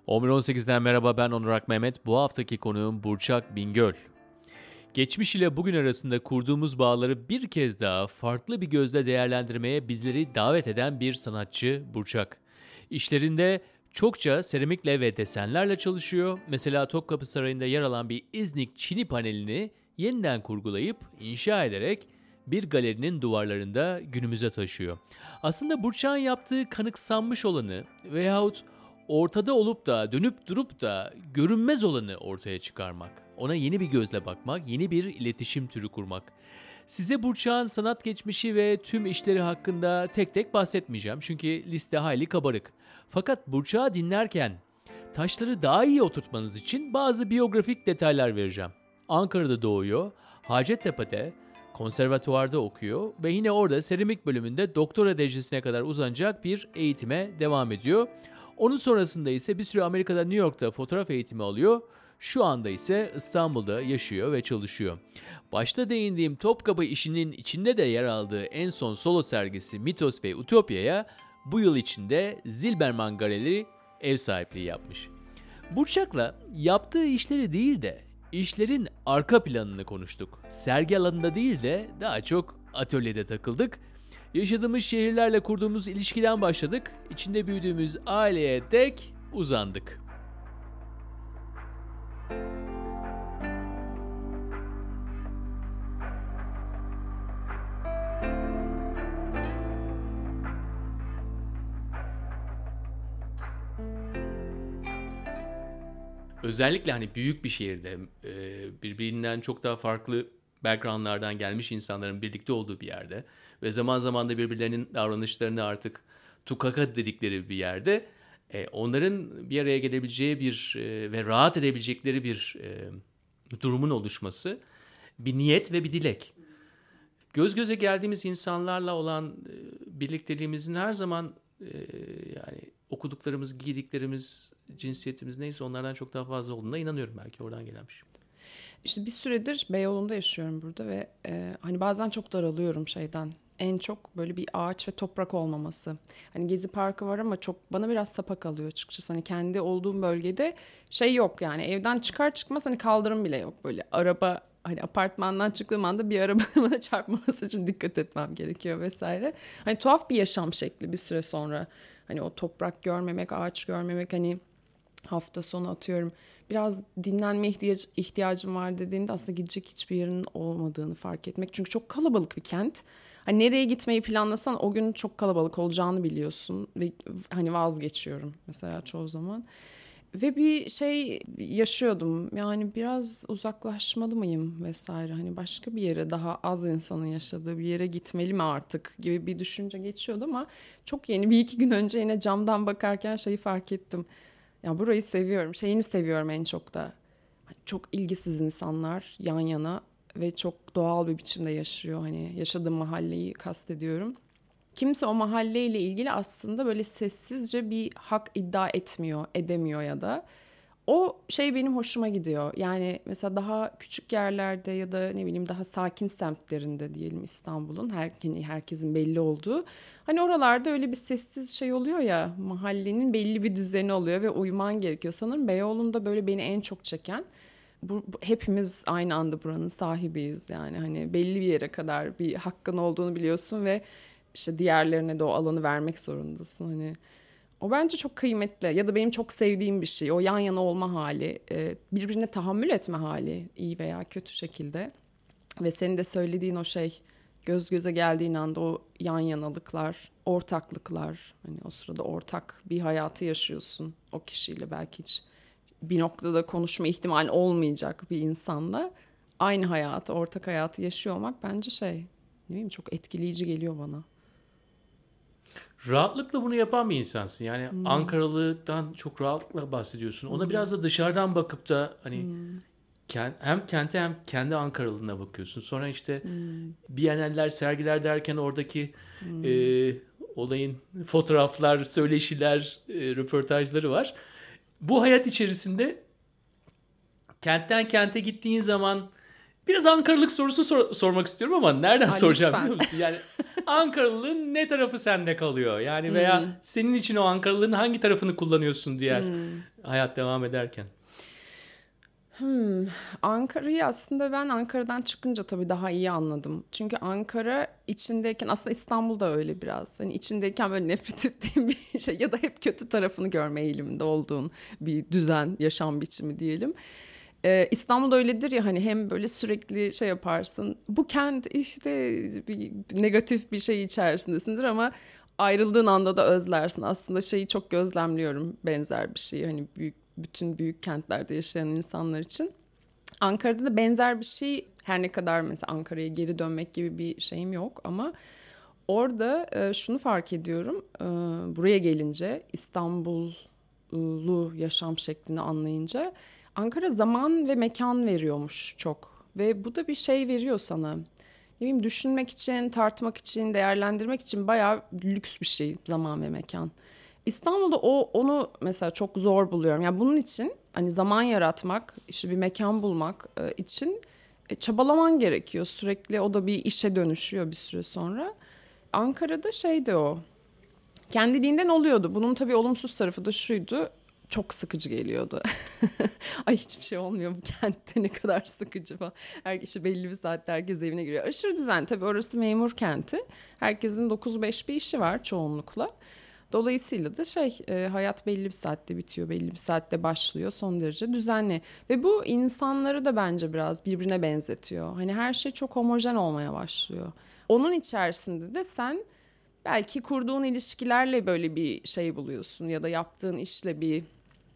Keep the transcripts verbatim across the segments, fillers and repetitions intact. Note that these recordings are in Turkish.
on bir on sekizden merhaba, ben Onur Ak Mehmet. Bu haftaki konuğum Burçak Bingöl. Geçmiş ile bugün arasında kurduğumuz bağları bir kez daha farklı bir gözle değerlendirmeye bizleri davet eden bir sanatçı Burçak. İşlerinde çokça seramikle ve desenlerle çalışıyor. Mesela Topkapı Sarayı'nda yer alan bir İznik Çini panelini yeniden kurgulayıp inşa ederek bir galerinin duvarlarında günümüze taşıyor. Aslında Burçak'ın yaptığı kanıksanmış olanı veyahut ortada olup da dönüp durup da görünmez olanı ortaya çıkarmak, ona yeni bir gözle bakmak, yeni bir iletişim türü kurmak. Size Burçak'ın sanat geçmişi ve tüm işleri hakkında tek tek bahsetmeyeceğim çünkü liste hayli kabarık. Fakat Burçak'ı dinlerken taşları daha iyi oturtmanız için bazı biyografik detaylar vereceğim. Ankara'da doğuyor, Hacettepe'de, konservatuvarda okuyor ve yine orada seramik bölümünde doktora derecesine kadar uzanacak bir eğitime devam ediyor. Onun sonrasında ise bir süre Amerika'da, New York'ta fotoğraf eğitimi alıyor. Şu anda ise İstanbul'da yaşıyor ve çalışıyor. Başta değindiğim Topkapı işinin içinde de yer aldığı en son solo sergisi Mitos ve Ütopya'ya bu yıl içinde Zilberman Galeri ev sahipliği yapmış. Burçak'la yaptığı işleri değil de işlerin arka planını konuştuk. Sergi alanında değil de daha çok atölyede takıldık. Yaşadığımız şehirlerle kurduğumuz ilişkiden başladık. İçinde büyüdüğümüz aileye dek uzandık. Özellikle hani büyük bir şehirde birbirinden çok daha farklı backgroundlardan gelmiş insanların birlikte olduğu bir yerde ve zaman zaman da birbirlerinin davranışlarını artık tukaka dedikleri bir yerde onların bir araya gelebileceği bir ve rahat edebilecekleri bir durumun oluşması bir niyet ve bir dilek. Göz göze geldiğimiz insanlarla olan birlikteliğimizin her zaman yani okuduklarımız, giydiklerimiz, cinsiyetimiz neyse onlardan çok daha fazla olduğuna inanıyorum, belki oradan gelen bir şey. İşte bir süredir Beyoğlu'nda yaşıyorum burada ve e, hani bazen çok daralıyorum şeyden. En çok böyle bir ağaç ve toprak olmaması. Hani Gezi Parkı var ama çok bana biraz sapak kalıyor açıkçası. Hani kendi olduğum bölgede şey yok yani, evden çıkar çıkmaz hani kaldırım bile yok. Böyle araba, hani apartmandan çıktığım anda bir araba bana çarpmaması için dikkat etmem gerekiyor vesaire. Hani tuhaf bir yaşam şekli bir süre sonra. Hani o toprak görmemek, ağaç görmemek, hani hafta sonu atıyorum biraz dinlenme ihtiyac- ihtiyacım var dediğinde aslında gidecek hiçbir yerin olmadığını fark etmek. Çünkü çok kalabalık bir kent. Hani nereye gitmeyi planlasan o gün çok kalabalık olacağını biliyorsun ve hani vazgeçiyorum mesela çoğu zaman. Ve bir şey yaşıyordum, yani biraz uzaklaşmalı mıyım vesaire, hani başka bir yere, daha az insanın yaşadığı bir yere gitmeli mi artık gibi bir düşünce geçiyordu ama çok yeni, bir iki gün önce yine camdan bakarken şeyi fark ettim. Ya burayı seviyorum, şeyini seviyorum en çok da. Hani çok ilgisiz insanlar yan yana ve çok doğal bir biçimde yaşıyor, hani yaşadığım mahalleyi kastediyorum. Kimse o mahalleyle ilgili aslında böyle sessizce bir hak iddia etmiyor, edemiyor ya da. O şey benim hoşuma gidiyor. Yani mesela daha küçük yerlerde ya da ne bileyim daha sakin semtlerinde diyelim İstanbul'un, her, herkesin belli olduğu. Hani oralarda öyle bir sessiz şey oluyor ya, mahallenin belli bir düzeni oluyor ve uyuman gerekiyor. Sanırım Beyoğlu'nda böyle beni en çok çeken. Bu, bu, hepimiz aynı anda buranın sahibiyiz yani, hani belli bir yere kadar bir hakkın olduğunu biliyorsun ve işte diğerlerine de o alanı vermek zorundasın. Hani o bence çok kıymetli ya da benim çok sevdiğim bir şey. O yan yana olma hali, birbirine tahammül etme hali, iyi veya kötü şekilde. Ve senin de söylediğin o şey, göz göze geldiğin anda o yan yanalıklar, ortaklıklar. Hani o sırada ortak bir hayatı yaşıyorsun o kişiyle, belki hiç bir noktada konuşma ihtimali olmayacak bir insanla aynı hayatı, ortak hayatı yaşıyor olmak bence şey, ne bileyim, çok etkileyici geliyor bana. Rahatlıkla bunu yapan bir insansın. Yani Hmm. Ankaralı'dan çok rahatlıkla bahsediyorsun. Ona hmm. biraz da dışarıdan bakıp da hani hmm. kent, hem kente hem kendi Ankaralılığına bakıyorsun. Sonra işte hmm. biyeneller, sergiler derken oradaki hmm. e, olayın fotoğraflar, söyleşiler, e, röportajları var. Bu hayat içerisinde kentten kente gittiğin zaman biraz Ankaralılık sorusu sor- sormak istiyorum ama nereden ha, soracağım lütfen. Biliyor musun? Yani Ankaralılığın ne tarafı sende kalıyor? Yani veya hmm. senin için o Ankaralılığın hangi tarafını kullanıyorsun diğer hmm. hayat devam ederken? Hmm, Ankara'yı aslında ben Ankara'dan çıkınca tabii daha iyi anladım. Çünkü Ankara içindeyken aslında İstanbul'da öyle biraz. Hani içindeyken böyle nefret ettiğim bir şey ya da hep kötü tarafını görme eğiliminde olduğun bir düzen, yaşam biçimi diyelim. Ee, İstanbul'da öyledir ya hani hem böyle sürekli şey yaparsın. Bu kent işte bir negatif bir şey içerisindesindir ama ayrıldığın anda da özlersin. Aslında şeyi çok gözlemliyorum benzer bir şey. Hani büyük bütün büyük kentlerde yaşayan insanlar için. Ankara'da da benzer bir şey her ne kadar mesela Ankara'ya geri dönmek gibi bir şeyim yok ama orada e, şunu fark ediyorum. E, buraya gelince İstanbullu yaşam şeklini anlayınca Ankara zaman ve mekan veriyormuş çok. Ve bu da bir şey veriyor sana. Ne bileyim düşünmek için, tartmak için, değerlendirmek için bayağı lüks bir şey zaman ve mekan. İstanbul'da o onu mesela çok zor buluyorum. Yani bunun için hani zaman yaratmak, işte bir mekan bulmak e, için e, çabalaman gerekiyor. Sürekli o da bir işe dönüşüyor bir süre sonra. Ankara'da şeydi o. Kendiliğinden oluyordu. Bunun tabii olumsuz tarafı da şuydu. Çok sıkıcı geliyordu. Ay hiçbir şey olmuyor bu kentte ne kadar sıkıcı falan. Her kişi belli bir saatte herkes evine giriyor. Aşırı düzen tabii orası memur kenti. Herkesin dokuz beş bir işi var çoğunlukla. Dolayısıyla da şey e, hayat belli bir saatte bitiyor, belli bir saatte başlıyor, son derece düzenli. Ve bu insanları da bence biraz birbirine benzetiyor. Hani her şey çok homojen olmaya başlıyor. Onun içerisinde de sen belki kurduğun ilişkilerle böyle bir şey buluyorsun ya da yaptığın işle bir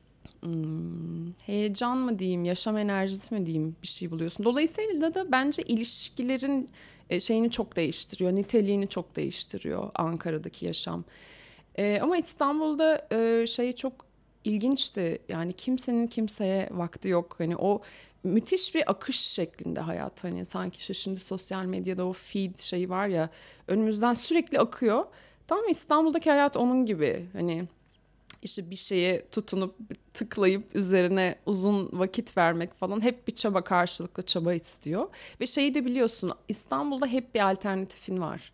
hmm, heyecan mı diyeyim, yaşam enerjisi mi diyeyim bir şey buluyorsun. Dolayısıyla da bence ilişkilerin e, şeyini çok değiştiriyor, niteliğini çok değiştiriyor Ankara'daki yaşam. Ee, ama İstanbul'da e, şey çok ilginçti. Yani kimsenin kimseye vakti yok. Hani o müthiş bir akış şeklinde hayat. Hani sanki şu şimdi sosyal medyada o feed şeyi var ya önümüzden sürekli akıyor. Tam İstanbul'daki hayat onun gibi. Hani işte bir şeye tutunup tıklayıp üzerine uzun vakit vermek falan hep bir çaba karşılıklı çaba istiyor. Ve şeyi de biliyorsun İstanbul'da hep bir alternatifin var.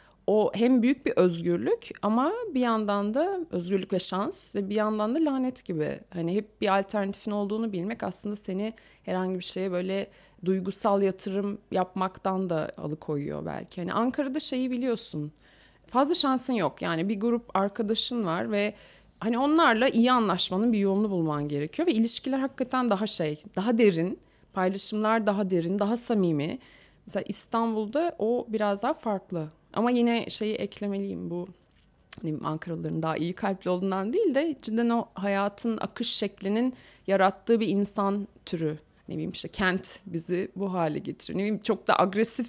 O hem büyük bir özgürlük ama bir yandan da özgürlük ve şans ve bir yandan da lanet gibi. Hani hep bir alternatifin olduğunu bilmek aslında seni herhangi bir şeye böyle duygusal yatırım yapmaktan da alıkoyuyor belki. Hani Ankara'da şeyi biliyorsun. Fazla şansın yok. Yani bir grup arkadaşın var ve hani onlarla iyi anlaşmanın bir yolunu bulman gerekiyor ve ilişkiler hakikaten daha şey, daha derin, paylaşımlar daha derin, daha samimi. Mesela İstanbul'da o biraz daha farklı. Ama yine şeyi eklemeliyim bu hani Ankaralıların daha iyi kalpli olduğundan değil de cidden o hayatın akış şeklinin yarattığı bir insan türü. Ne bileyim işte kent bizi bu hale getiriyor. Ne bileyim çok da agresif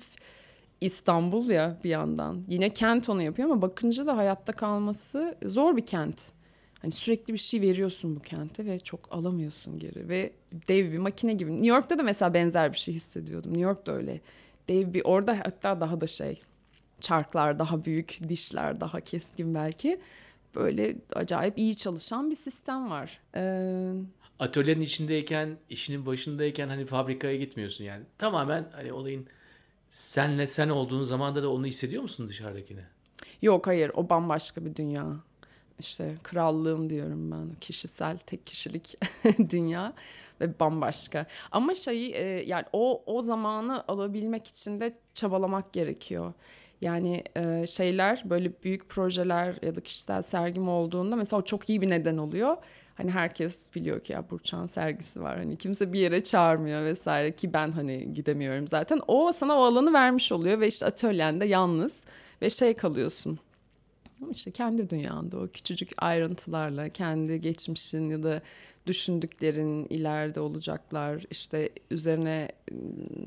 İstanbul ya bir yandan. Yine kent onu yapıyor ama bakınca da hayatta kalması zor bir kent. Hani sürekli bir şey veriyorsun bu kente ve çok alamıyorsun geri. Ve dev bir makine gibi. New York'ta da mesela benzer bir şey hissediyordum. New York'ta öyle. Dev bir orada hatta daha da şey çarklar daha büyük, dişler daha keskin belki. Böyle acayip iyi çalışan bir sistem var. Ee, Atölyenin içindeyken, işinin başındayken hani fabrikaya gitmiyorsun yani. Tamamen hani olayın senle sen olduğun zamanda da onu hissediyor musun dışarıdakini? yok hayır o bambaşka bir dünya. İşte krallığım diyorum ben. Kişisel, tek kişilik dünya ve bambaşka. Ama şeyi e, yani o o zamanı alabilmek için de çabalamak gerekiyor. Yani e, şeyler böyle büyük projeler ya da kişisel sergim olduğunda mesela o çok iyi bir neden oluyor. Hani herkes biliyor ki ya Burçak'ın sergisi var. Hani kimse bir yere çağırmıyor vesaire ki ben hani gidemiyorum zaten. O sana o alanı vermiş oluyor ve işte atölyende yalnız ve şey kalıyorsun. Ama işte kendi dünyanda o küçücük ayrıntılarla kendi geçmişin ya da düşündüklerin ileride olacaklar işte üzerine ım,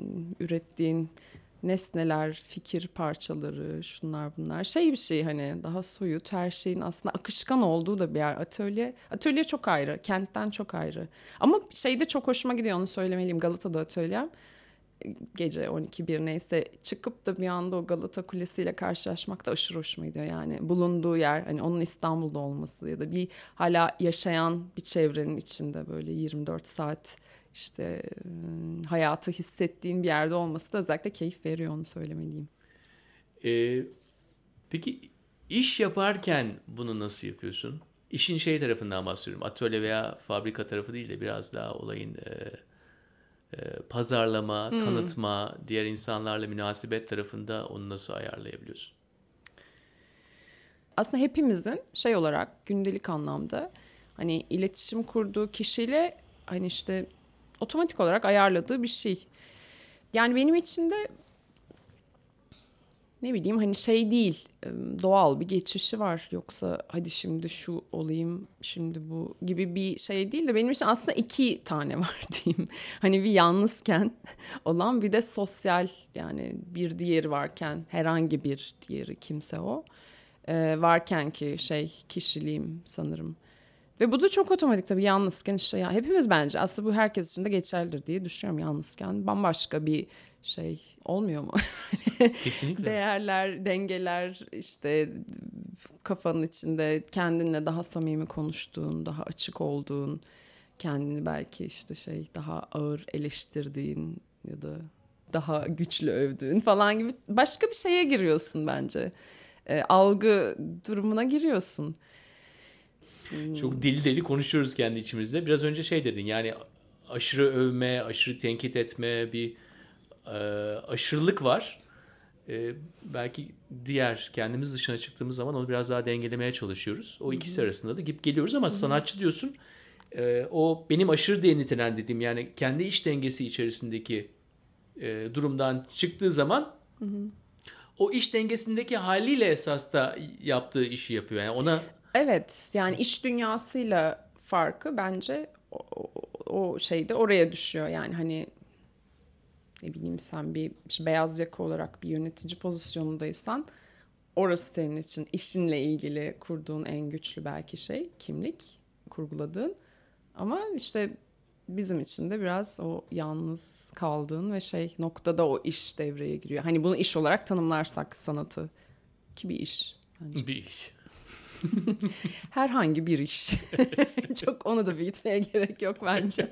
ürettiğin nesneler, fikir parçaları, şunlar bunlar. Şey bir şey hani daha soyut her şeyin aslında akışkan olduğu da bir yer. Atölye, atölye çok ayrı, kentten çok ayrı. Ama şeyde çok hoşuma gidiyor onu söylemeliyim Galata'da atölyem gece on iki bir neyse çıkıp da bir anda o Galata Kulesi ile karşılaşmak da aşırı hoşuma gidiyor. Yani bulunduğu yer hani onun İstanbul'da olması ya da bir hala yaşayan bir çevrenin içinde böyle yirmi dört saat işte hayatı hissettiğin bir yerde olması da özellikle keyif veriyor onu söylemeliyim. Ee, peki iş yaparken bunu nasıl yapıyorsun? İşin şey tarafından bahsediyorum. Atölye veya fabrika tarafı değil de biraz daha olayın e, e, pazarlama, Hmm. tanıtma, diğer insanlarla münasebet tarafında onu nasıl ayarlayabiliyorsun? Aslında hepimizin şey olarak gündelik anlamda hani iletişim kurduğu kişiyle hani işte otomatik olarak ayarladığı bir şey. Yani benim için de ne bileyim hani şey değil, doğal bir geçişi var. Yoksa hadi şimdi şu olayım, şimdi bu gibi bir şey değil de benim için aslında iki tane var diyeyim. Hani bir yalnızken olan bir de sosyal, yani bir diğeri varken, herhangi bir diğeri kimse o. Ee, varken ki şey kişiliğim sanırım. Ve bu da çok otomatik tabii yalnızken işte ya hepimiz bence aslında bu herkes için de geçerlidir diye düşünüyorum yalnızken. Bambaşka bir şey olmuyor mu? Kesinlikle. Değerler, dengeler işte kafanın içinde kendinle daha samimi konuştuğun, daha açık olduğun, kendini belki işte şey daha ağır eleştirdiğin ya da daha güçlü övdüğün falan gibi başka bir şeye giriyorsun bence. E, algı durumuna giriyorsun. Çok deli deli konuşuyoruz kendi içimizde. Biraz önce şey dedin, yani aşırı övme, aşırı tenkit etme, bir e, aşırılık var. E, belki diğer kendimiz dışına çıktığımız zaman onu biraz daha dengelemeye çalışıyoruz. O ikisi arasında da gidip geliyoruz ama sanatçı diyorsun. E, o benim aşırı diye nitelendirdiğim, yani kendi iç dengesi içerisindeki e, durumdan çıktığı zaman o iş dengesindeki haliyle esas da yaptığı işi yapıyor. Yani ona Evet, yani iş dünyasıyla farkı bence o, o, o şeyde oraya düşüyor. Yani hani ne bileyim sen bir işte beyaz yaka olarak bir yönetici pozisyonundaysan orası senin için işinle ilgili kurduğun en güçlü belki şey, kimlik kurguladığın. Ama işte bizim için de biraz o yalnız kaldığın ve şey noktada o iş devreye giriyor. Hani bunu iş olarak tanımlarsak sanatı ki bir iş bence. bir iş. Herhangi bir iş. Çok onu da büyütmeye gerek yok bence.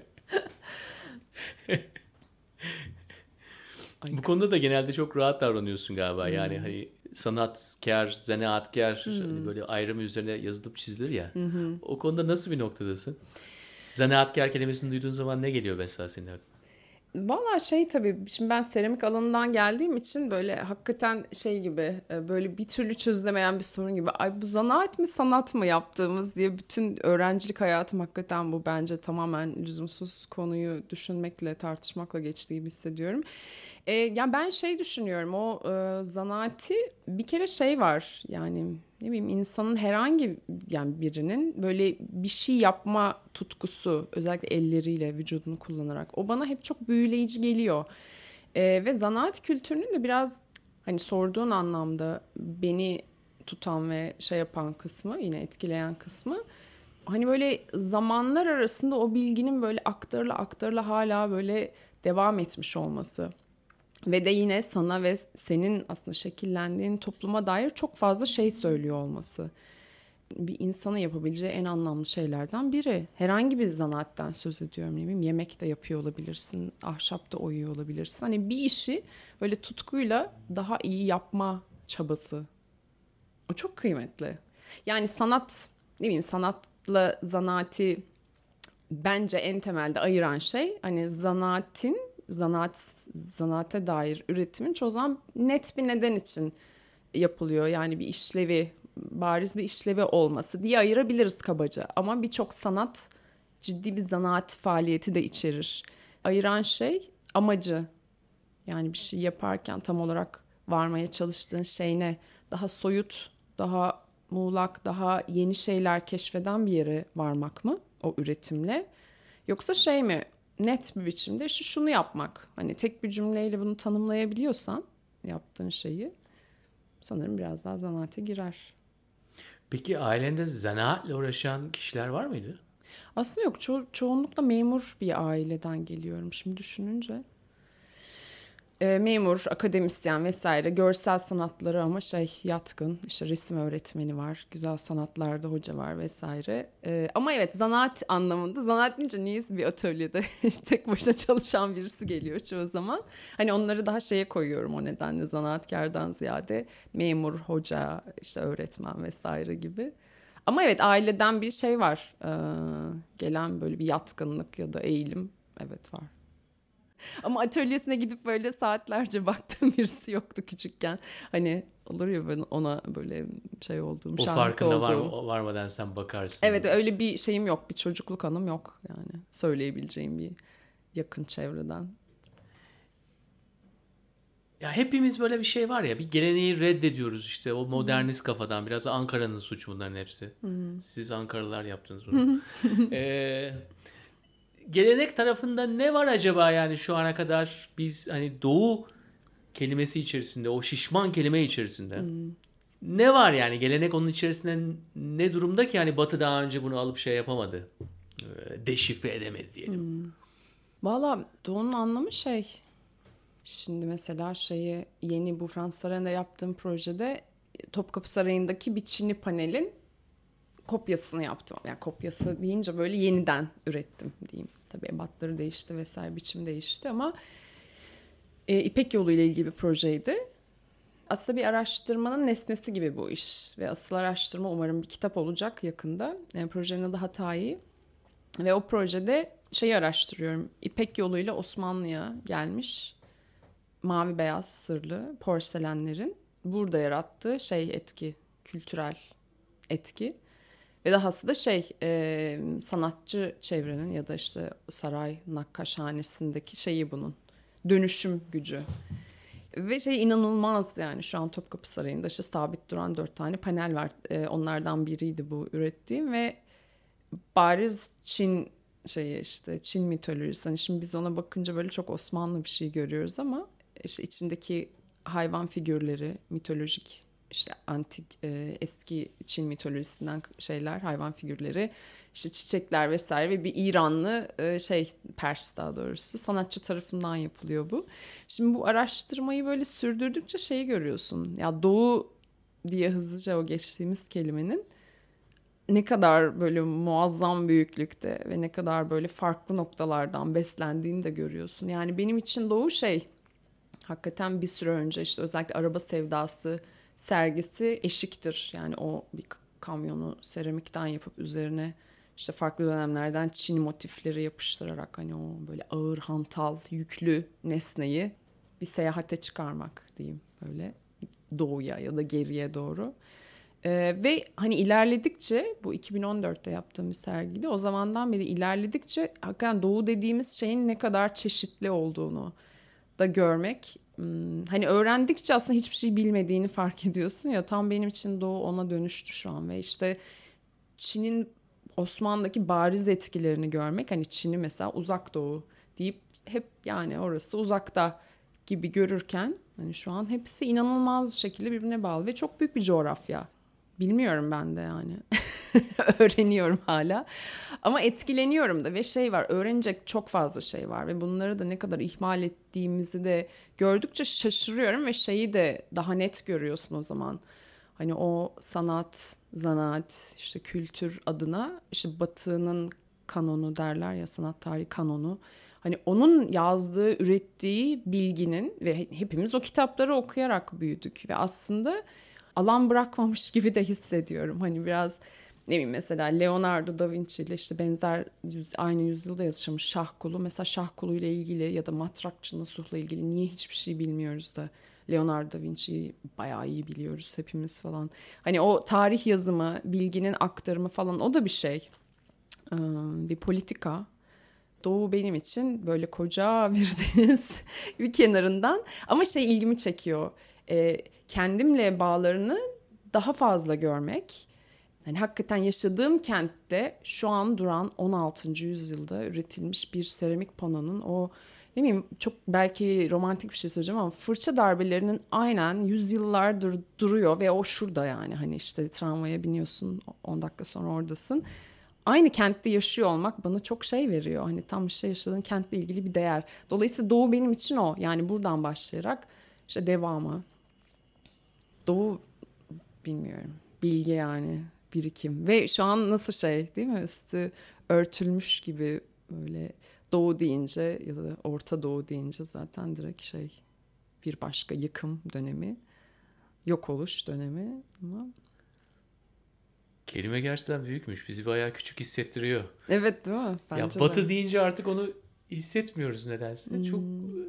Bu konuda da genelde çok rahat davranıyorsun galiba. Yani hani sanatkar, zanaatkar hani böyle ayrımı üzerine yazılıp çizilir ya. O konuda nasıl bir noktadasın? Zanaatkar kelimesini duyduğun zaman ne geliyor mesela senin aklına? Valla şey tabii şimdi ben seramik alanından geldiğim için böyle hakikaten şey gibi böyle bir türlü çözülemeyen bir sorun gibi. Ay bu zanaat mi sanat mı yaptığımız diye bütün öğrencilik hayatım hakikaten bu bence tamamen lüzumsuz konuyu düşünmekle tartışmakla geçtiğimi hissediyorum. E, yani ben şey düşünüyorum o e, zanaati bir kere şey var yani ne bileyim insanın herhangi yani birinin böyle bir şey yapma tutkusu özellikle elleriyle vücudunu kullanarak o bana hep çok büyüleyici geliyor. E, ve zanaat kültürünün de biraz hani sorduğun anlamda beni tutan ve şey yapan kısmı yine etkileyen kısmı hani böyle zamanlar arasında o bilginin böyle aktarıla aktarıla hala böyle devam etmiş olması. Ve de yine sana ve senin aslında şekillendiğin topluma dair çok fazla şey söylüyor olması. Bir insana yapabileceği en anlamlı şeylerden biri. Herhangi bir zanaatten söz ediyorum. Ne bileyim, yemek de yapıyor olabilirsin, ahşap da oyuyor olabilirsin. Hani bir işi böyle tutkuyla daha iyi yapma çabası. O çok kıymetli. Yani sanat, ne bileyim sanatla zanaati bence en temelde ayıran şey hani zanaatin zanaat zanaate dair üretimin çoğu zaman net bir neden için yapılıyor. Yani bir işlevi, bariz bir işlevi olması diye ayırabiliriz kabaca. Ama birçok sanat ciddi bir zanaat faaliyeti de içerir. Ayıran şey amacı. Yani bir şey yaparken tam olarak varmaya çalıştığın şey ne? Daha soyut, daha muğlak, daha yeni şeyler keşfeden bir yere varmak mı o üretimle? Yoksa şey mi? Net bir biçimde işte şunu yapmak. Hani tek bir cümleyle bunu tanımlayabiliyorsan yaptığın şeyi sanırım biraz daha zanaate girer. Peki ailende zanaatle uğraşan kişiler var mıydı? Aslında yok. Ço- çoğunlukla memur bir aileden geliyorum şimdi düşününce. E, memur, akademisyen vesaire görsel sanatları ama şey yatkın işte resim öğretmeni var, güzel sanatlarda hoca var vesaire. E, ama evet zanaat anlamında zanaat deyince niye bir atölyede tek başına çalışan birisi geliyor çoğu zaman. Hani onları daha şeye koyuyorum o nedenle zanaatkardan ziyade memur, hoca, işte öğretmen vesaire gibi. Ama evet, aileden bir şey var. Ee, gelen böyle bir yatkınlık ya da eğilim, evet, var. Ama atölyesine gidip böyle saatlerce baktığım birisi yoktu küçükken. Hani olur ya, ben ona böyle şey olduğum, O şahit farkına var, olduğum. varmadan sen bakarsın. Evet, işte. öyle bir şeyim yok. Bir çocukluk anım yok yani. Söyleyebileceğim bir yakın çevreden. Ya hepimiz böyle bir şey var ya, bir geleneği reddediyoruz işte, o modernist kafadan. Biraz Ankara'nın suçu bunların hepsi. Siz Ankaralılar yaptınız bunu. Ee, gelenek tarafında ne var acaba, yani şu ana kadar biz hani doğu kelimesi içerisinde, o şişman kelime içerisinde ne var yani, gelenek onun içerisinde ne durumda ki, hani Batı daha önce bunu alıp şey yapamadı, Ee, deşifre edemedi diyelim. Valla Doğu'nun anlamı şey. Şimdi mesela şeyi, yeni bu Fransız Sarayı'nda yaptığım projede Topkapı Sarayı'ndaki bir Çinli panelin kopyasını yaptım. Yani kopyası deyince böyle yeniden ürettim diyeyim. Tabii ebatları değişti vesaire, biçim değişti ama e, İpek Yolu ile ilgili bir projeydi. Aslında bir araştırmanın nesnesi gibi bu iş ve asıl araştırma umarım bir kitap olacak yakında. Yani projenin adı Hatayi ve o projede şeyi araştırıyorum. İpek Yolu'yla Osmanlı'ya gelmiş mavi beyaz sırlı porselenlerin burada yarattığı şey etki, kültürel etki. Ve dahası da şey e, sanatçı çevrenin ya da işte saray nakkaşhanesindeki şeyi, bunun dönüşüm gücü. Ve şey inanılmaz yani, şu an Topkapı Sarayı'nda işte sabit duran dört tane panel var. E, onlardan biriydi bu ürettiğim ve bariz Çin şeyi, işte Çin mitolojisi. Hani şimdi biz ona bakınca böyle çok Osmanlı bir şey görüyoruz ama işte içindeki hayvan figürleri, mitolojik işte antik e, eski Çin mitolojisinden şeyler, hayvan figürleri, işte çiçekler vesaire ve bir İranlı e, şey Pers daha doğrusu sanatçı tarafından yapılıyor bu. Şimdi bu araştırmayı böyle sürdürdükçe şeyi görüyorsun. Ya Doğu diye hızlıca o geçtiğimiz kelimenin ne kadar böyle muazzam büyüklükte ve ne kadar böyle farklı noktalardan beslendiğini de görüyorsun. Yani benim için Doğu şey, hakikaten bir süre önce işte özellikle Araba Sevdası sergisi eşiktir. Yani o bir kamyonu seramikten yapıp üzerine işte farklı dönemlerden Çin motifleri yapıştırarak hani o böyle ağır, hantal, yüklü nesneyi bir seyahate çıkarmak diyeyim, böyle doğuya ya da geriye doğru. Ee, ve hani ilerledikçe, bu iki bin on dörtte yaptığım bir sergiydi. O zamandan beri ilerledikçe hakikaten Doğu dediğimiz şeyin ne kadar çeşitli olduğunu da görmek. Hmm, hani öğrendikçe aslında hiçbir şey bilmediğini fark ediyorsun ya. Tam benim için Doğu ona dönüştü şu an ve işte Çin'in Osmanlı'daki bariz etkilerini görmek. Hani Çin'i mesela Uzak Doğu deyip hep yani orası uzakta gibi görürken hani şu an hepsi inanılmaz şekilde birbirine bağlı ve çok büyük bir coğrafya. Bilmiyorum ben de yani. Öğreniyorum hala. Ama etkileniyorum da ve şey var, öğrenecek çok fazla şey var ve bunları da ne kadar ihmal ettiğimizi de gördükçe şaşırıyorum ve şeyi de daha net görüyorsun o zaman. Hani o sanat, zanaat, işte kültür adına işte Batı'nın kanonu derler ya, sanat tarihi kanonu. Hani onun yazdığı, ürettiği bilginin ve hepimiz o kitapları okuyarak büyüdük ve aslında alan bırakmamış gibi de hissediyorum. Hani biraz ne bileyim, mesela Leonardo da Vinci ile işte benzer yüz, aynı yüzyılda yaşamış Şahkulu. Mesela Şahkulu ile ilgili ya da Matrakçı Nasuh'la ilgili niye hiçbir şey bilmiyoruz da Leonardo da Vinci'yi bayağı iyi biliyoruz hepimiz falan. Hani o tarih yazımı, bilginin aktarımı falan, o da bir şey. Ee, bir politika. Doğu benim için böyle koca bir deniz bir kenarından, ama şey ilgimi çekiyor. Ee, kendimle bağlarını daha fazla görmek. Yani hakikaten yaşadığım kentte şu an duran on altıncı yüzyılda üretilmiş bir seramik panonun o, ne bileyim, çok belki romantik bir şey söyleyeceğim ama fırça darbelerinin aynen yüzyıllardır duruyor ve o şurada, yani hani işte tramvaya biniyorsun, on dakika sonra oradasın. Aynı kentte yaşıyor olmak bana çok şey veriyor. Hani tam işte yaşadığın kentle ilgili bir değer. Dolayısıyla Doğu benim için o. Yani buradan başlayarak işte devamı. Doğu, bilmiyorum. Bilgi yani, birikim. Ve şu an nasıl şey değil mi? Üstü örtülmüş gibi böyle Doğu deyince ya da Orta Doğu deyince zaten direkt şey, bir başka yıkım dönemi, yok oluş dönemi ama Kelime gerçekten büyükmüş. Bizi bayağı küçük hissettiriyor. Evet değil mi? Ya Bence batı de. deyince artık onu hissetmiyoruz nedense. Çok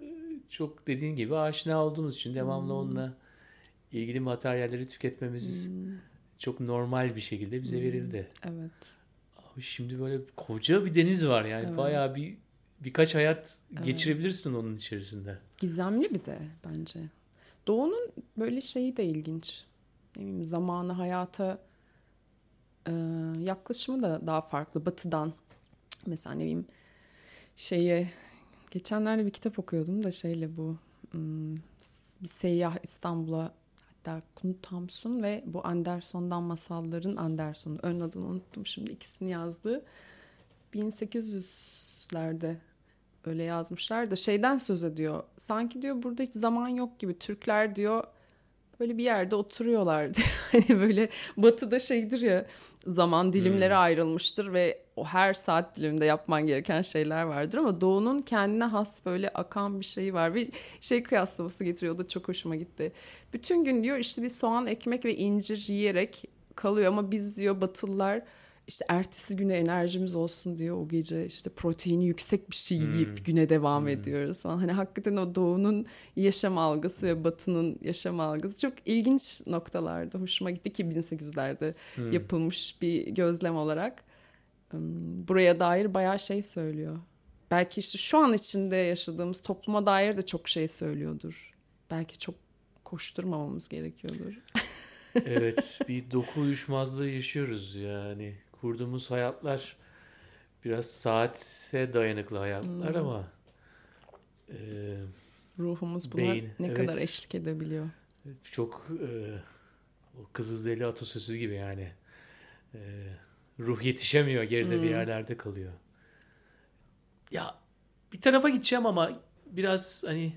çok dediğin gibi aşina olduğumuz için devamlı onunla ilgili materyalleri tüketmemiz çok normal bir şekilde bize verildi. Evet. Abi şimdi böyle koca bir deniz var yani Evet. bayağı bir birkaç hayat geçirebilirsin onun içerisinde. Gizemli bir de bence. Doğu'nun böyle şeyi de ilginç. Ne bileyim, zamana, hayata e, yaklaşımı da daha farklı. Batı'dan mesela ne bileyim şeye geçenlerde bir kitap okuyordum da şeyle bu hmm, bir seyyah İstanbul'a, hatta Knut Hamsun ve bu Anderson'dan Masalların Anderson'u, ön adını unuttum şimdi, ikisini yazdı. bin sekiz yüzlerde öyle yazmışlar da şeyden söz ediyor. Sanki diyor burada hiç zaman yok gibi. Türkler diyor böyle bir yerde oturuyorlar diyor. Hani böyle batıda şeydir ya, zaman dilimleri Hmm. ayrılmıştır ve o her saat diliminde yapman gereken şeyler vardır ama doğunun kendine has böyle akan bir şeyi var. Bir şey kıyaslaması getiriyor, o da çok hoşuma gitti. Bütün gün diyor işte bir soğan, ekmek ve incir yiyerek kalıyor ama biz diyor Batılılar işte ertesi güne enerjimiz olsun diyor, o gece işte proteini yüksek bir şey yiyip Hmm. güne devam Hmm. ediyoruz falan. Hani hakikaten o doğunun yaşam algısı ve batının yaşam algısı çok ilginç noktalarda. Hoşuma gitti ki bin sekiz yüzlerde Hmm. yapılmış bir gözlem olarak. Buraya dair bayağı şey söylüyor. Belki işte şu an içinde yaşadığımız topluma dair de çok şey söylüyordur. Belki çok koşturmamamız gerekiyordur. Evet, bir doku uyuşmazlığı yaşıyoruz yani. Kurduğumuz hayatlar biraz saate dayanıklı hayatlar ama e, Ruhumuz buna beyin, ne kadar evet, eşlik edebiliyor. çok e, o Kızılderili atasözü gibi yani. E, ruh yetişemiyor, geride bir yerlerde kalıyor. Ya bir tarafa gideceğim ama biraz hani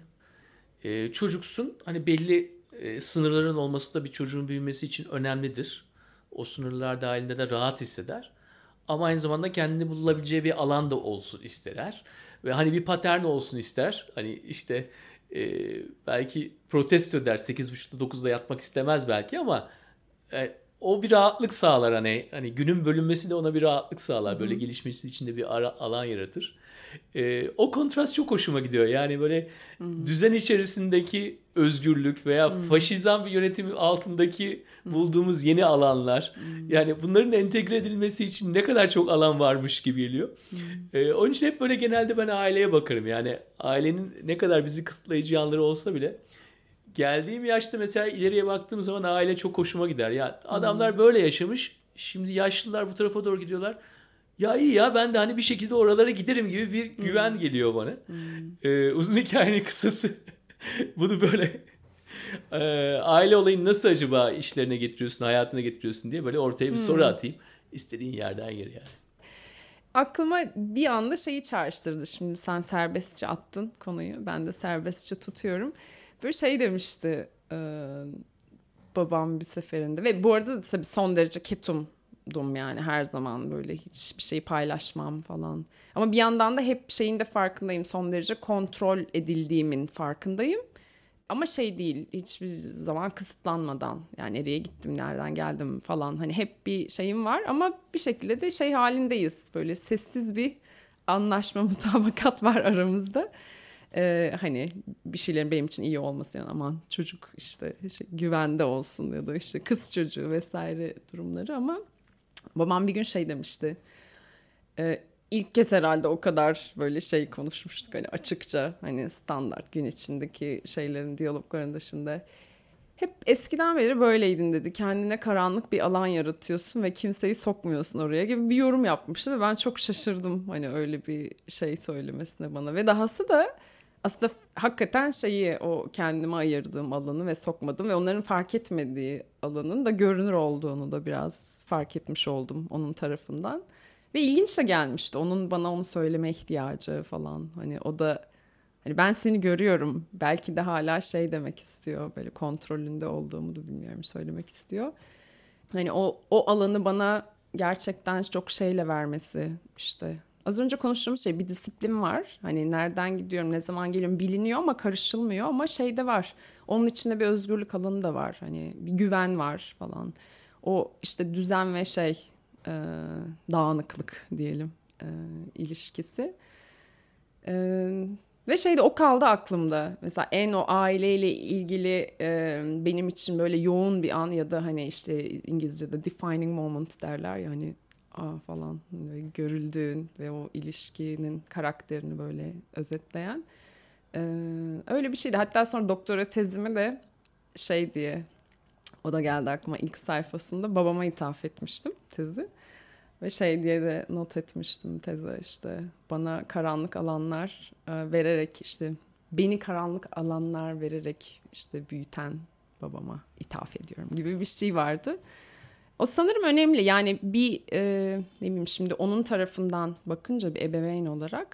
e, çocuksun, hani belli e, sınırların olması da bir çocuğun büyümesi için önemlidir. O sınırlar dahilinde de rahat hisseder. Ama aynı zamanda kendini bulabileceği bir alan da olsun ister. Ve hani bir patern olsun ister. Hani işte e, belki protesto eder. sekiz buçukta dokuzda yatmak istemez belki ama e, o bir rahatlık sağlar hani. Hani günün bölünmesi de ona bir rahatlık sağlar. Böyle gelişmesi için de bir ara, alan yaratır. E, o kontrast çok hoşuma gidiyor. Yani böyle düzen içerisindeki özgürlük veya faşizan bir yönetim altındaki bulduğumuz yeni alanlar. Yani bunların entegre edilmesi için ne kadar çok alan varmış gibi geliyor. E, onun için hep böyle genelde ben aileye bakarım. Yani ailenin ne kadar bizi kısıtlayıcı yanları olsa bile geldiğim yaşta mesela ileriye baktığım zaman aile çok hoşuma gider. Ya adamlar böyle yaşamış. Şimdi yaşlılar bu tarafa doğru gidiyorlar. Ya iyi ya, ben de hani bir şekilde oralara giderim gibi bir güven geliyor bana. Ee, uzun hikayenin kısası bunu böyle e, aile olayını nasıl acaba işlerine getiriyorsun, hayatına getiriyorsun diye böyle ortaya bir soru atayım. İstediğin yerden gir yani. Aklıma bir anda şeyi çağrıştırdı. Şimdi sen serbestçe attın konuyu. Ben de serbestçe tutuyorum. Böyle şey demişti e, babam bir seferinde. Ve bu arada tabii son derece ketumdum yani, her zaman böyle hiçbir şeyi paylaşmam falan. Ama bir yandan da hep şeyin de farkındayım. Son derece kontrol edildiğimin farkındayım. Ama şey değil, hiçbir zaman kısıtlanmadan, yani nereye gittim, nereden geldim falan, hani hep bir şeyim var ama bir şekilde de şey halindeyiz, böyle sessiz bir anlaşma, mutabakat var aramızda. Ee, hani bir şeylerin benim için iyi olması, yani aman çocuk işte şey, güvende olsun ya da işte kız çocuğu vesaire durumları. Ama babam bir gün şey demişti. Ee, ilk kez herhalde o kadar böyle şey konuşmuştuk hani açıkça, hani standart gün içindeki şeylerin, diyalogların dışında. Hep eskiden beri böyleydin dedi. Kendine karanlık bir alan yaratıyorsun ve kimseyi sokmuyorsun oraya gibi bir yorum yapmıştı ve ben çok şaşırdım hani öyle bir şey söylemesine bana. Ve dahası da aslında hakikaten şeyi, o kendime ayırdığım alanı ve sokmadım ve onların fark etmediği alanın da görünür olduğunu da biraz fark etmiş oldum onun tarafından. Ve ilginç de gelmişti onun bana onu söyleme ihtiyacı falan. Hani o da hani ben seni görüyorum, belki de hala şey demek istiyor, böyle kontrolünde olduğumu da bilmiyorum, söylemek istiyor. Hani o o alanı bana gerçekten çok şeyle vermesi, işte az önce konuştuğumuz şey, bir disiplin var. Hani nereden gidiyorum, ne zaman geliyorum biliniyor ama karışılmıyor, ama şey de var. Onun içinde bir özgürlük alanı da var. Hani bir güven var falan. o işte düzen ve şey e, dağınıklık diyelim e, ilişkisi. E, Ve şey de o kaldı aklımda. Mesela en o aileyle ilgili e, benim için böyle yoğun bir an ya da hani işte İngilizce'de defining moment derler ya hani aa falan böyle görüldüğün ve o ilişkinin karakterini böyle özetleyen e, öyle bir şeydi. Hatta sonra doktora tezimi de şey diye o da geldi aklıma ilk sayfasında babama ithaf etmiştim tezi. Ve şey diye de not etmiştim teze işte bana karanlık alanlar e, vererek işte beni karanlık alanlar vererek işte büyüten babama ithaf ediyorum gibi bir şey vardı. O sanırım önemli yani bir e, ne bileyim şimdi onun tarafından bakınca bir ebeveyn olarak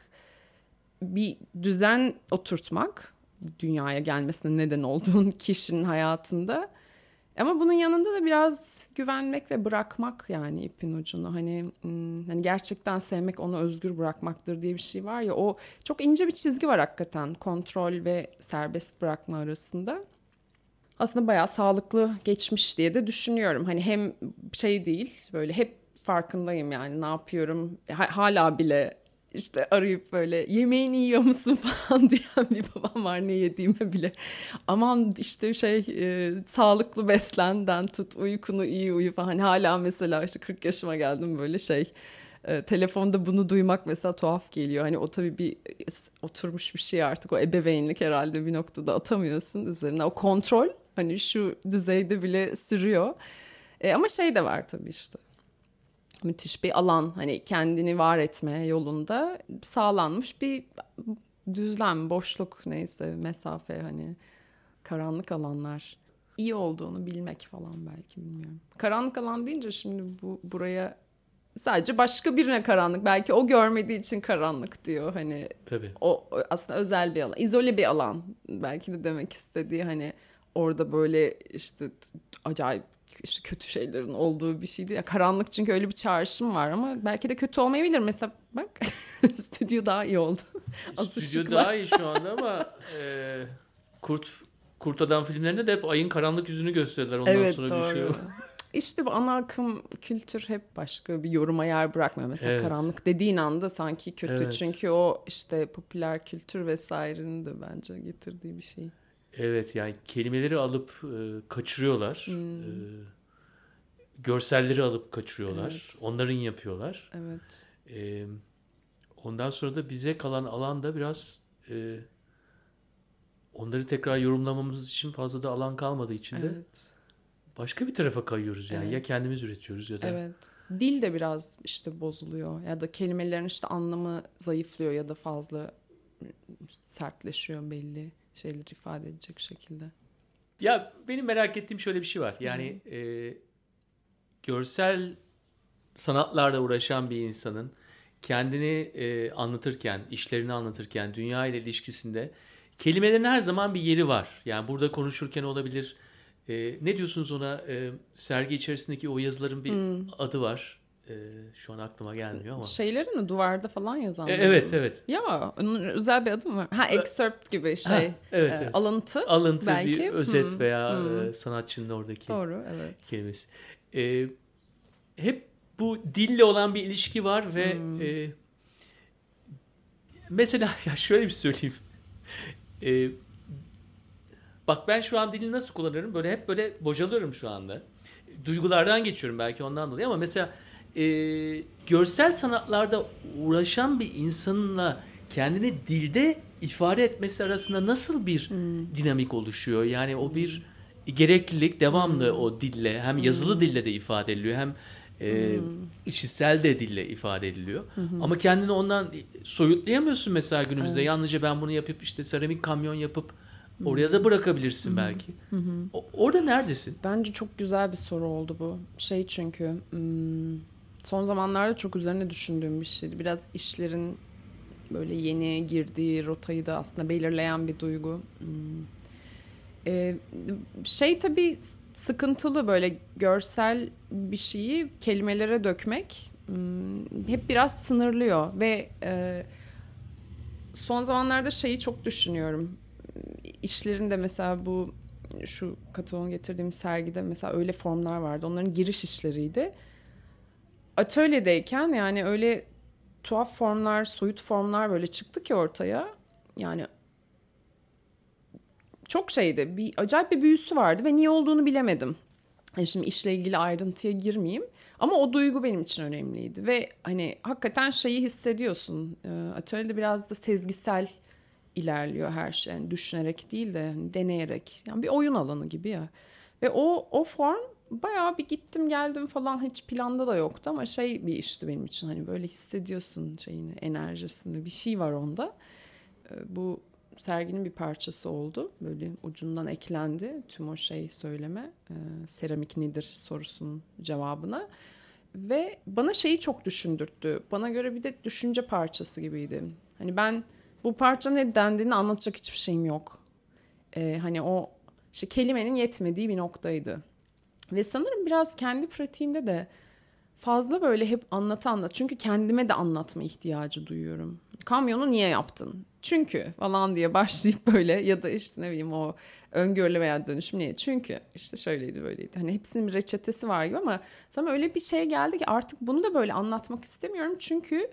bir düzen oturtmak dünyaya gelmesine neden olduğun kişinin hayatında. Ama bunun yanında da biraz güvenmek ve bırakmak yani ipin ucunu hani hani gerçekten sevmek onu özgür bırakmaktır diye bir şey var ya o çok ince bir çizgi var hakikaten kontrol ve serbest bırakma arasında. Aslında bayağı sağlıklı geçmiş diye de düşünüyorum. Hani hem şey değil böyle hep farkındayım yani ne yapıyorum hala bile işte arayıp böyle yemeğini yiyor musun falan diyen bir babam var ne yediğime bile. Aman işte şey e, sağlıklı beslenden tut uykunu iyi uyu falan. Hani hala mesela işte kırk yaşıma geldim böyle şey e, telefonda bunu duymak mesela tuhaf geliyor. Hani o tabii bir oturmuş bir şey artık o ebeveynlik herhalde bir noktada atamıyorsun üzerine. O kontrol hani şu düzeyde bile sürüyor. E, ama şey de var tabii işte. Müthiş bir alan hani kendini var etme yolunda sağlanmış bir düzlem, boşluk neyse mesafe hani karanlık alanlar iyi olduğunu bilmek falan belki bilmiyorum. Karanlık alan deyince şimdi bu buraya sadece başka birine karanlık belki o görmediği için karanlık diyor hani Tabii. O, o aslında özel bir alan, izole bir alan belki de demek istediği hani orada böyle işte acayip işte kötü şeylerin olduğu bir şeydi. Ya karanlık çünkü öyle bir çağrışım var ama belki de kötü olmayabilir. Mesela bak stüdyo daha iyi oldu. Az Stüdyo ışıkla. daha iyi şu anda ama e, Kurt Kurt Adam filmlerinde de hep ayın karanlık yüzünü gösterdiler. Ondan Evet sonra doğru. bir şey yok. İşte bu ana akım kültür hep başka bir yoruma yer bırakmıyor. Mesela Evet. karanlık dediğin anda sanki kötü. Evet. Çünkü o işte popüler kültür vesairenin de bence getirdiği bir şey. Evet yani kelimeleri alıp e, kaçırıyorlar. Hmm. E, görselleri alıp kaçırıyorlar. Evet. Onların yapıyorlar. Evet. E, ondan sonra da bize kalan alan da biraz e, onları tekrar yorumlamamız için fazla da alan kalmadığı için de Evet. başka bir tarafa kayıyoruz yani. Evet. Ya kendimiz üretiyoruz ya da. Evet. Dil de biraz işte bozuluyor ya da kelimelerin işte anlamı zayıflıyor ya da fazla sertleşiyor belli şeyleri ifade edecek şekilde. Ya benim merak ettiğim şöyle bir şey var. Yani e, görsel sanatlarla uğraşan bir insanın kendini e, anlatırken, işlerini anlatırken, dünya ile ilişkisinde kelimelerin her zaman bir yeri var. Yani burada konuşurken olabilir. E, ne diyorsunuz ona? E, sergi içerisindeki o yazıların bir adı var. E, şu an aklıma gelmiyor ama. Şeylerin mi duvarda falan E, yazanların evet, mı? evet. Ya onun özel bir adı mı var? Ha excerpt gibi şey. Ha, evet, e, evet. Alıntı Alıntı belki. bir özet Hmm, veya hmm. e, sanatçının oradaki Doğru evet. kelimesi. E, hep bu dille olan bir ilişki var ve Hmm. e, mesela ya şöyle bir söyleyeyim. E, bak ben şu an dili nasıl kullanıyorum? Böyle hep böyle bocalıyorum şu anda. Duygulardan geçiyorum belki ondan dolayı ama mesela e, görsel sanatlarda uğraşan bir insanla kendini dilde ifade etmesi arasında nasıl bir Hmm. dinamik oluşuyor? Yani o bir gereklilik devamlı Hmm. o dille hem yazılı Hmm. dille de ifade ediliyor hem e, Hmm. işitsel de dille ifade ediliyor. Hı hı. Ama kendini ondan soyutlayamıyorsun mesela günümüzde. Evet. Yalnızca ben bunu yapıp işte seramik kamyon yapıp oraya da bırakabilirsin belki. Hı hı. O- orada neredesin? Bence çok güzel bir soru oldu bu. Şey çünkü hmm, son zamanlarda çok üzerine düşündüğüm bir şeydi. Biraz işlerin böyle yeni girdiği rotayı da aslında belirleyen bir duygu. Hmm. Ee, şey tabii sıkıntılı böyle görsel bir şeyi kelimelere dökmek hmm, hep biraz sınırlıyor ve e, son zamanlarda şeyi çok düşünüyorum. İşlerinde mesela bu şu kataloğu getirdiğim sergide mesela öyle formlar vardı. Onların giriş işleriydi. Atölyedeyken yani öyle tuhaf formlar, soyut formlar böyle çıktı ki ortaya. Yani çok şeydi. Bir, acayip bir büyüsü vardı ve niye olduğunu bilemedim. Yani şimdi işle ilgili ayrıntıya girmeyeyim. Ama o duygu benim için önemliydi. Ve hani hakikaten şeyi hissediyorsun. Atölyede biraz da sezgisel ilerliyor her şey. Yani düşünerek değil de hani deneyerek. Yani bir oyun alanı gibi ya. Ve o o form bayağı bir gittim geldim falan, hiç planda da yoktu ama şey bir işti benim için. Hani böyle hissediyorsun şeyini, enerjisini, bir şey var onda. Bu serginin bir parçası oldu. Böyle ucundan eklendi tüm o şey söyleme. E, seramik nedir sorusunun cevabına. Ve bana şeyi çok düşündürttü. Bana göre bir de düşünce parçası gibiydi. Hani ben bu parça ne dendiğini anlatacak hiçbir şeyim yok. E, hani o işte kelimenin yetmediği bir noktaydı. Ve sanırım biraz kendi pratiğimde de fazla böyle hep anlat anlat. Çünkü kendime de anlatma ihtiyacı duyuyorum. Kamyonu niye yaptın? Çünkü falan diye başlayıp böyle, ya da işte ne bileyim o öngörülü veya dönüşüm niye? Çünkü işte şöyleydi böyleydi. Hani hepsinin bir reçetesi var gibi ama sonra öyle bir şey geldi ki artık bunu da böyle anlatmak istemiyorum. Çünkü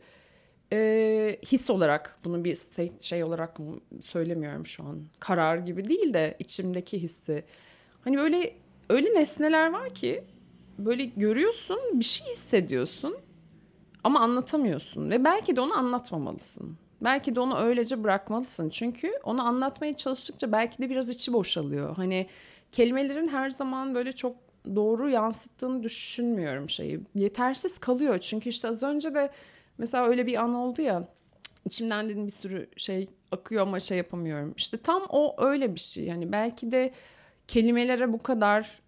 e, his olarak, bunu bir şey olarak söylemiyorum şu an. Karar gibi değil de içimdeki hissi. Hani böyle öyle nesneler var ki böyle görüyorsun, bir şey hissediyorsun ama anlatamıyorsun ve belki de onu anlatmamalısın. Belki de onu öylece bırakmalısın. Çünkü onu anlatmaya çalıştıkça belki de biraz içi boşalıyor. Hani kelimelerin her zaman böyle çok doğru yansıttığını düşünmüyorum şeyi. Yetersiz kalıyor. Çünkü işte az önce de mesela öyle bir an oldu ya. İçimden dedim bir sürü şey akıyor ama şey yapamıyorum. İşte tam o öyle bir şey. Yani belki de kelimelere bu kadar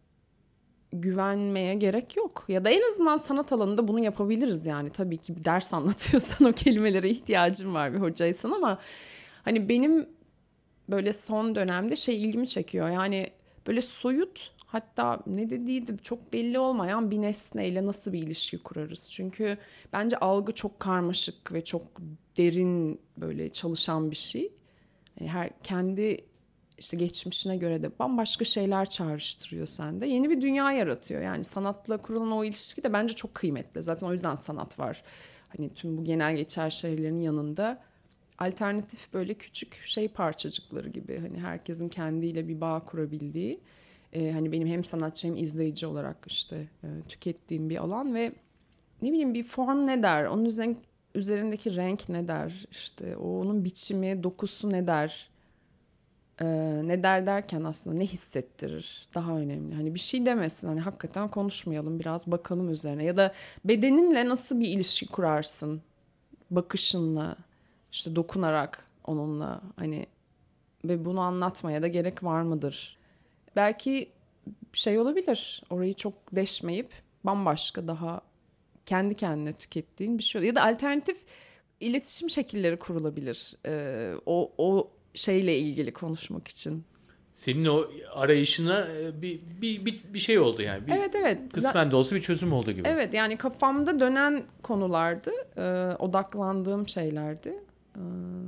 güvenmeye gerek yok. Ya da en azından sanat alanında bunu yapabiliriz yani. Tabii ki bir ders anlatıyorsan o kelimelere ihtiyacın var bir hocaysan ama hani benim böyle son dönemde şey ilgimi çekiyor. Yani böyle soyut, hatta ne dediği de çok belli olmayan bir nesneyle nasıl bir ilişki kurarız? Çünkü bence algı çok karmaşık ve çok derin böyle çalışan bir şey. Yani her kendi işte geçmişine göre de bambaşka şeyler çağrıştırıyor sende. Yeni bir dünya yaratıyor. Yani sanatla kurulan o ilişki de bence çok kıymetli. Zaten o yüzden sanat var. Hani tüm bu genel geçer şeylerin yanında alternatif böyle küçük şey parçacıkları gibi. Hani herkesin kendiyle bir bağ kurabildiği. Ee, hani benim hem sanatçı hem izleyici olarak işte e, tükettiğim bir alan ve ne bileyim bir form ne der? Onun üzerindeki, üzerindeki renk ne der? İşte o onun biçimi, dokusu ne der? Ee, ne der derken aslında ne hissettirir daha önemli. Hani bir şey demesin, hani hakikaten konuşmayalım, biraz bakalım üzerine. Ya da bedeninle nasıl bir ilişki kurarsın, bakışınla, işte dokunarak onunla, hani ve bunu anlatmaya da gerek var mıdır? Belki şey olabilir, orayı çok deşmeyip bambaşka daha kendi kendine tükettiğin bir şey olur. Ya da alternatif iletişim şekilleri kurulabilir. Ee, o o şeyle ilgili konuşmak için. Senin o arayışına bir bir bir, bir şey oldu yani. Bir, Evet evet. Kısmen de olsa bir çözüm oldu gibi. Evet yani kafamda dönen konulardı. E, odaklandığım şeylerdi. E,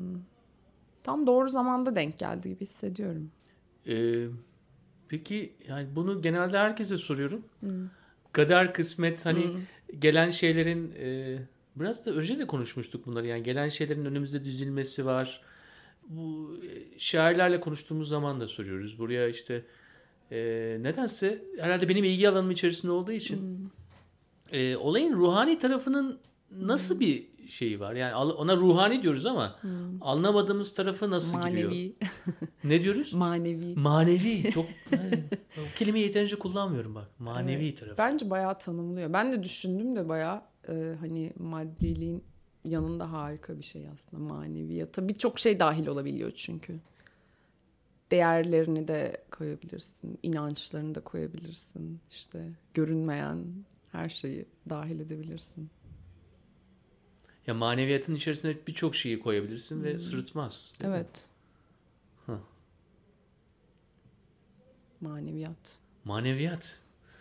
tam doğru zamanda denk geldi gibi hissediyorum. Ee, peki yani bunu genelde herkese soruyorum. Hmm. Kader, kısmet, hani Hmm. gelen şeylerin e, biraz da önce de konuşmuştuk bunları. Yani gelen şeylerin önümüzde dizilmesi var. Bu e, şairlerle konuştuğumuz zaman da soruyoruz. Buraya işte e, nedense herhalde benim ilgi alanım içerisinde olduğu için Hmm. e, olayın ruhani tarafının nasıl Hmm. bir şeyi var? Yani ona ruhani diyoruz ama Hmm. anlamadığımız tarafı nasıl giriyor? Manevi. Ne diyoruz? Manevi. Manevi. Çok yani, o kelimeyi yeterince kullanmıyorum bak. Manevi Evet. tarafı. Bence bayağı tanımlıyor. Ben de düşündüm de bayağı e, hani maddeliğin yanında harika bir şey aslında maneviyata. Birçok şey dahil olabiliyor çünkü. Değerlerini de koyabilirsin, inançlarını da koyabilirsin. İşte görünmeyen her şeyi dahil edebilirsin. Ya maneviyatın içerisine birçok şeyi koyabilirsin Hmm. ve sırıtmaz. Evet. Hı. Maneviyat. Maneviyat.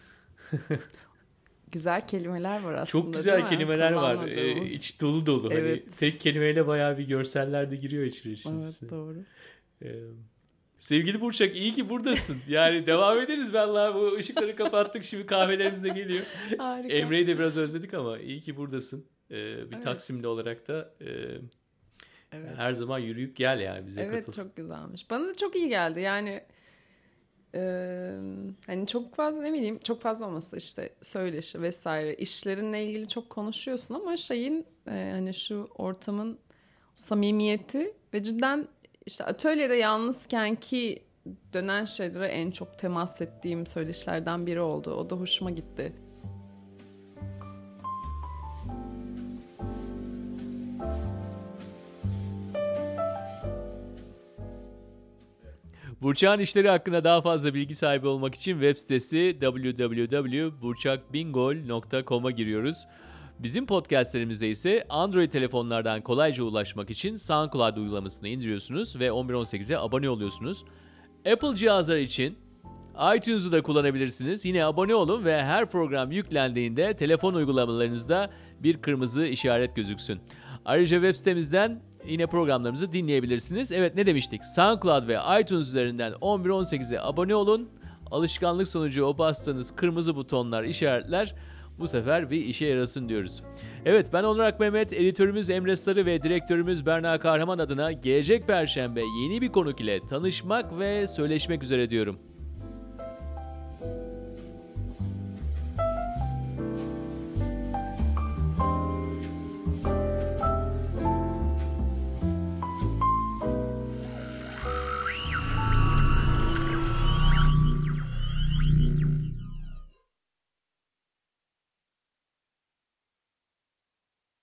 Güzel kelimeler var aslında. Çok güzel kelimeler var. Ee, Kullanmadığımız. iç dolu dolu. Evet. Hani tek kelimeyle bayağı bir görseller de giriyor içeri. Evet doğru. Ee, Sevgili Burçak, iyi ki buradasın. Yani devam ederiz. Vallahi bu ışıkları kapattık. Şimdi kahvelerimiz de geliyor. Harika. Emre'yi de biraz özledik ama iyi ki buradasın. Ee, bir Evet. Taksimli olarak da e, Evet. her zaman yürüyüp gel yani bize Evet, katıl. çok güzelmiş. Bana da çok iyi geldi. Yani e, hani çok fazla ne bileyim çok fazla olması işte söyleşi vesaire işlerinle ilgili çok konuşuyorsun ama şeyin e, hani şu ortamın samimiyeti ve cidden işte atölyede yalnızken ki dönen şeylere en çok temas ettiğim söyleşilerden biri oldu. O da hoşuma gitti. Burçak'ın işleri hakkında daha fazla bilgi sahibi olmak için web sitesi double-u double-u double-u nokta burçak bingöl nokta com'a giriyoruz. Bizim podcastlerimize ise Android telefonlardan kolayca ulaşmak için SoundCloud uygulamasını indiriyorsunuz ve on bir on sekize abone oluyorsunuz. Apple cihazlar için iTunes'u da kullanabilirsiniz. Yine abone olun ve her program yüklendiğinde telefon uygulamalarınızda bir kırmızı işaret gözüksün. Ayrıca web sitemizden yine programlarımızı dinleyebilirsiniz. Evet, ne demiştik? SoundCloud ve iTunes üzerinden on bir on sekize abone olun. Alışkanlık sonucu o bastığınız kırmızı butonlar, işaretler bu sefer bir işe yarasın diyoruz. Evet, ben Onur Akmehmet, editörümüz Emre Sarı ve direktörümüz Berna Kahraman adına gelecek Perşembe yeni bir konuk ile tanışmak ve söyleşmek üzere diyorum.